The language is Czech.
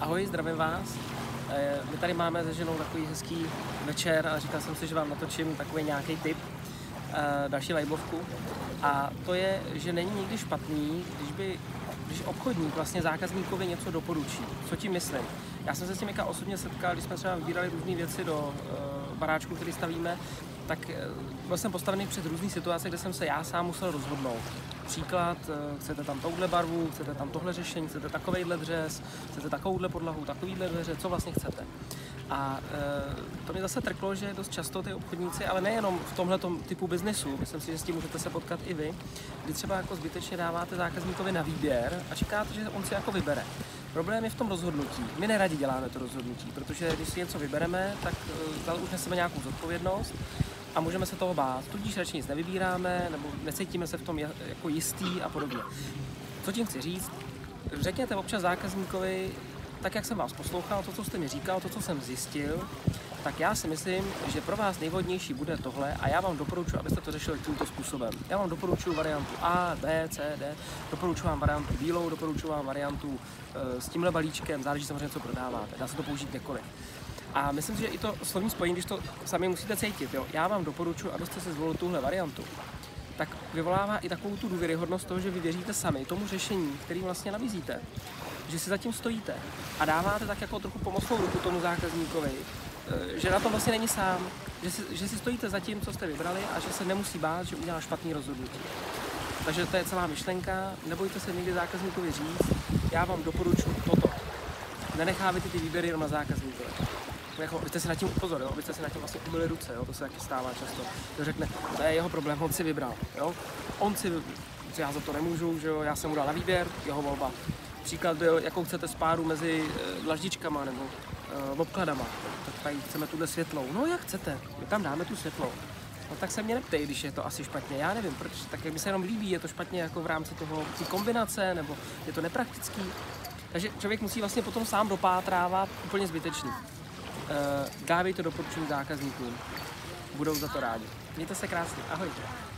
Ahoj, zdravím vás. My tady máme se ženou takový hezký večer a říkal jsem si, že vám natočím takový nějaký tip, další liveovku. A to je, že není nikdy špatný, když obchodník vlastně zákazníkovi něco doporučí. Co tím myslím? Já jsem se s tím osobně setkal, když jsme třeba vybírali různé věci do baráčku, který stavíme, tak byl jsem postavený před různý situace, kde jsem se já sám musel rozhodnout. Příklad, chcete tam touhle barvu, chcete tam tohle řešení, chcete takovejhle dřez, chcete takovouhle podlahu, takovýhle dveře, co vlastně chcete. A to mě zase trklo, že dost často ty obchodníci, ale nejenom v tomhletom typu biznesu, myslím si, že s tím můžete se potkat i vy, kdy třeba jako zbytečně dáváte zákazníkovi na výběr a čekáte, že on si jako vybere. Problém je v tom rozhodnutí. My neradi děláme to rozhodnutí, protože když si něco vybereme, tak už neseme nějakou zodpovědnost a můžeme se toho bát. Tudíž radši nic nevybíráme nebo necítíme se v tom jako jistý a podobně. Co tím chci říct? Řekněte občas zákazníkovi, tak jak jsem vás poslouchal, to, co jste mi říkal, to, co jsem zjistil, tak já si myslím, že pro vás nejvhodnější bude tohle a já vám doporučuji, abyste to řešili tímto způsobem. Já vám doporučuji variantu A, B, C, D, doporučuji vám variantu bílou, doporučuji vám variantu s tímhle balíčkem, záleží samozřejmě, co prodáváte, dá se to použít kdekoliv. A myslím si, že i to slovní spojení, když to sami musíte cítit, jo? Já vám doporučuji, abyste si zvolili tuhle variantu, tak vyvolává i takovou tu důvěryhodnost toho, že vy věříte sami tomu řešení, který vlastně nabízíte, že si zatím stojíte a dáváte tak jako trochu pomocnou ruku tomu zákazníkovi, že na tom vlastně není sám, že si stojíte za tím, co jste vybrali a že se nemusí bát, že udělá špatný rozhodnutí. Takže to je celá myšlenka, nebojte se nikdy zákazníkovi říct, já vám doporučuji toto. Nenechávajte ty výběry jenom na zákazníkovi. Jako, abyste si nad tím upozor, jo? Abyste si nad tím vlastně umyli ruce, jo? To se taky stává často. To řekne, to je jeho problém, on si vybral, jo? On si, já za to nemůžu, že jo? Já jsem mu dal na výběr, jeho volba. Příklad byl, jakou chcete spáru mezi dlaždičkama nebo obkladama. Tak tady chceme tuhle světlou. No jak chcete, my tam dáme tu světlou. No tak se mě neptej, když je to asi špatně. Já nevím, proč, tak jak mi se jenom líbí, je to špatně jako v rámci toho ty kombinace, nebo je to nepraktický. Takže člověk musí vlastně potom sám dopátrávat úplně zbytečný. Dávejte doporučení zákazníkům. Budou za to rádi. Mějte se krásně. Ahoj.